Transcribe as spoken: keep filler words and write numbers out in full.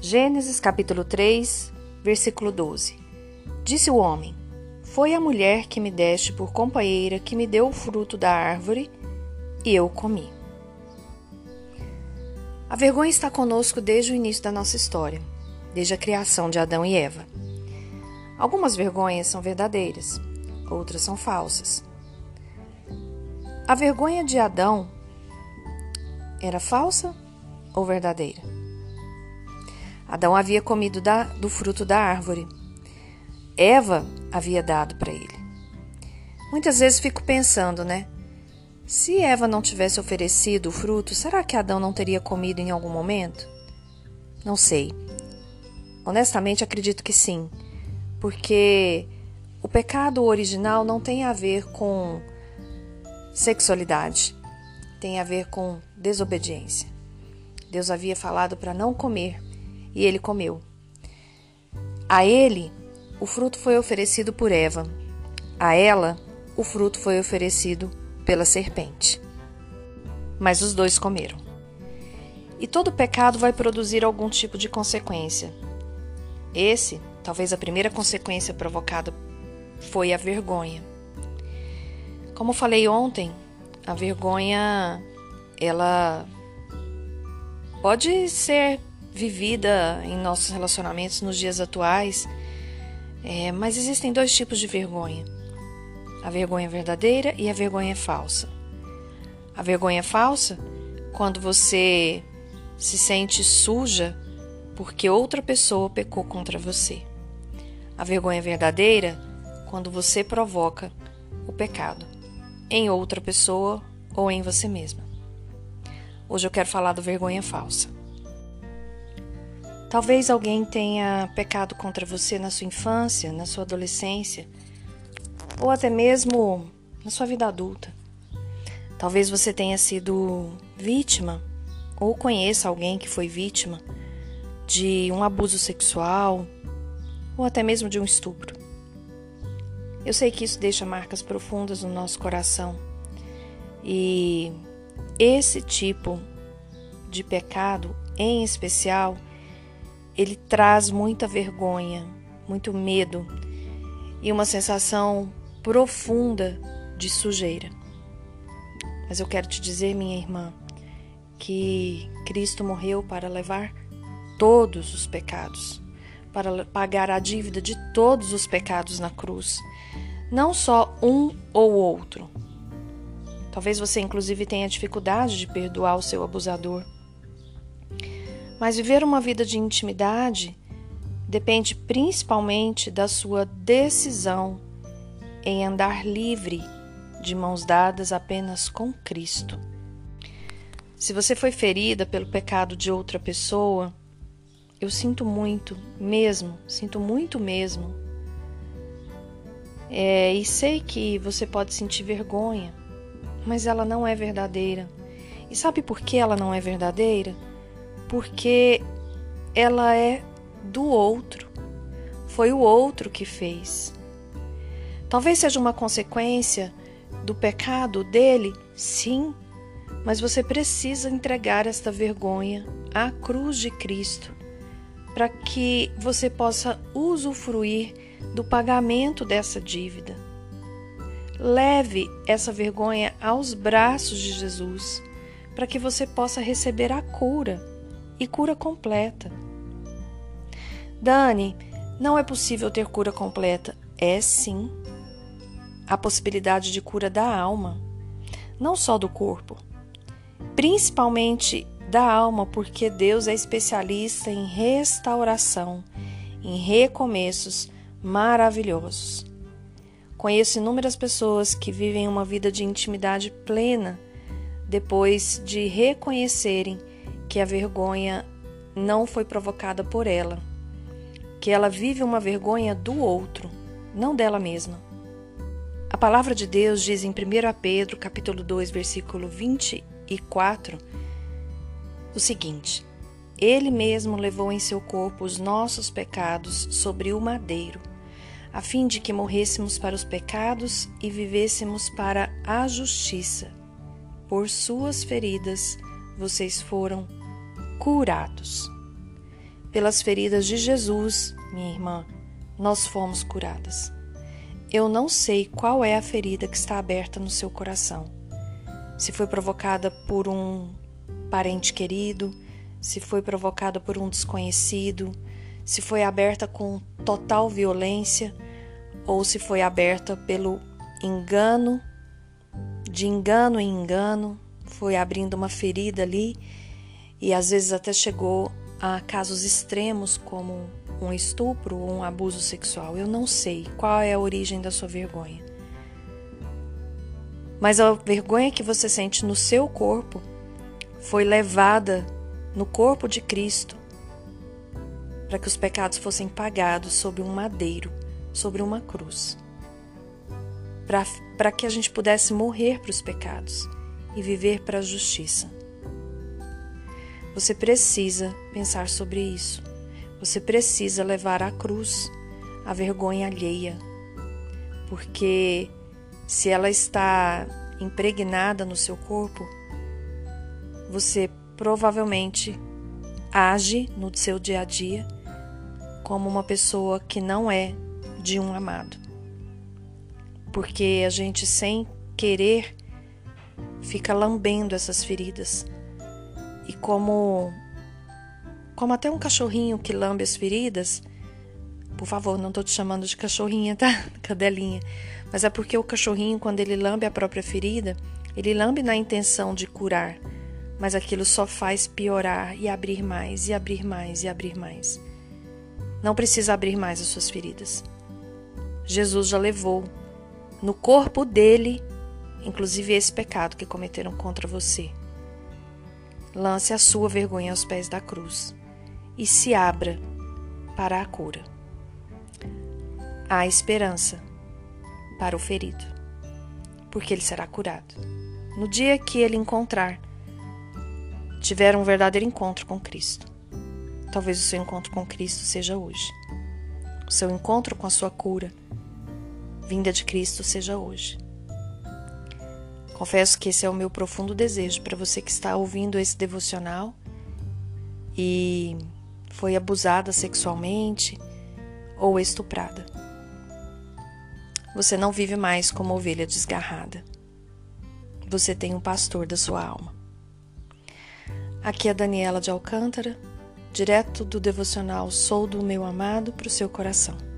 Gênesis capítulo três, versículo doze. Disse o homem: Foi a mulher que me deste por companheira que me deu o fruto da árvore, e eu comi. A vergonha está conosco desde o início da nossa história, desde a criação de Adão e Eva. Algumas vergonhas são verdadeiras, outras são falsas. A vergonha de Adão era falsa ou verdadeira? Adão havia comido da, do fruto da árvore. Eva havia dado para ele. Muitas vezes fico pensando, né? Se Eva não tivesse oferecido o fruto, será que Adão não teria comido em algum momento? Não sei. Honestamente, acredito que sim. Porque o pecado original não tem a ver com sexualidade. Tem a ver com desobediência. Deus havia falado para não comer. E ele comeu. A ele, o fruto foi oferecido por Eva. A ela, o fruto foi oferecido pela serpente. Mas os dois comeram. E todo pecado vai produzir algum tipo de consequência. Esse, talvez a primeira consequência provocada, foi a vergonha. Como falei ontem, a vergonha, ela pode ser vivida em nossos relacionamentos nos dias atuais, é, mas existem dois tipos de vergonha: a vergonha verdadeira e a vergonha falsa. A vergonha falsa, quando você se sente suja porque outra pessoa pecou contra você. A vergonha verdadeira, quando você provoca o pecado em outra pessoa ou em você mesma. Hoje eu quero falar do vergonha falsa. Talvez alguém tenha pecado contra você na sua infância, na sua adolescência, ou até mesmo na sua vida adulta. Talvez você tenha sido vítima, ou conheça alguém que foi vítima de um abuso sexual, ou até mesmo de um estupro. Eu sei que isso deixa marcas profundas no nosso coração. E esse tipo de pecado, em especial, ele traz muita vergonha, muito medo e uma sensação profunda de sujeira. Mas eu quero te dizer, minha irmã, que Cristo morreu para levar todos os pecados, para pagar a dívida de todos os pecados na cruz, não só um ou outro. Talvez você, inclusive, tenha dificuldade de perdoar o seu abusador. Mas viver uma vida de intimidade depende principalmente da sua decisão em andar livre, de mãos dadas apenas com Cristo. Se você foi ferida pelo pecado de outra pessoa, eu sinto muito, mesmo, sinto muito mesmo. É, e sei que você pode sentir vergonha, mas ela não é verdadeira. E sabe por que ela não é verdadeira? Porque ela é do outro. Foi o outro que fez. Talvez seja uma consequência do pecado dele, sim, mas você precisa entregar esta vergonha à cruz de Cristo, para que você possa usufruir do pagamento dessa dívida. Leve essa vergonha aos braços de Jesus, para que você possa receber a cura. E cura completa. Dani, não é possível ter cura completa. É sim. A possibilidade de cura da alma, não só do corpo. Principalmente da alma, porque Deus é especialista em restauração, em recomeços maravilhosos. Conheço inúmeras pessoas que vivem uma vida de intimidade plena depois de reconhecerem que a vergonha não foi provocada por ela, que ela vive uma vergonha do outro, não dela mesma. A palavra de Deus diz em primeiro Pedro, capítulo dois, versículo vinte e quatro, o seguinte: Ele mesmo levou em seu corpo os nossos pecados sobre o madeiro, a fim de que morrêssemos para os pecados e vivêssemos para a justiça. Por suas feridas vocês foram curados. pelas feridas de Jesus, minha irmã, nós fomos curadas. Eu não sei qual é a ferida que está aberta no seu coração. Se foi provocada por um parente querido, se foi provocada por um desconhecido, se foi aberta com total violência ou se foi aberta pelo engano, de engano em engano, foi abrindo uma ferida ali e às vezes até chegou a casos extremos como um estupro ou um abuso sexual. Eu não sei qual é a origem da sua vergonha. Mas a vergonha que você sente no seu corpo foi levada no corpo de Cristo para que os pecados fossem pagados sobre um madeiro, sobre uma cruz. Para que a gente pudesse morrer para os pecados e viver para a justiça. Você precisa pensar sobre isso. Você precisa levar à cruz a vergonha alheia, porque se ela está impregnada no seu corpo, você provavelmente age no seu dia a dia como uma pessoa que não é de um amado. Porque a gente, sem querer, fica lambendo essas feridas. E como, como até um cachorrinho que lambe as feridas, por favor, não estou te chamando de cachorrinha, tá? Cadelinha. Mas é porque o cachorrinho, quando ele lambe a própria ferida, ele lambe na intenção de curar, mas aquilo só faz piorar e abrir mais, e abrir mais, e abrir mais. Não precisa abrir mais as suas feridas. Jesus já levou no corpo dele, inclusive esse pecado que cometeram contra você. Lance a sua vergonha aos pés da cruz e se abra para a cura. Há esperança para o ferido, porque ele será curado. No dia que ele encontrar, tiver um verdadeiro encontro com Cristo. Talvez o seu encontro com Cristo seja hoje. O seu encontro com a sua cura, vinda de Cristo, seja hoje. Confesso que esse é o meu profundo desejo para você que está ouvindo esse devocional e foi abusada sexualmente ou estuprada. Você não vive mais como ovelha desgarrada. Você tem um pastor da sua alma. Aqui é a Daniela de Alcântara, direto do devocional Sou do Meu Amado para o seu coração.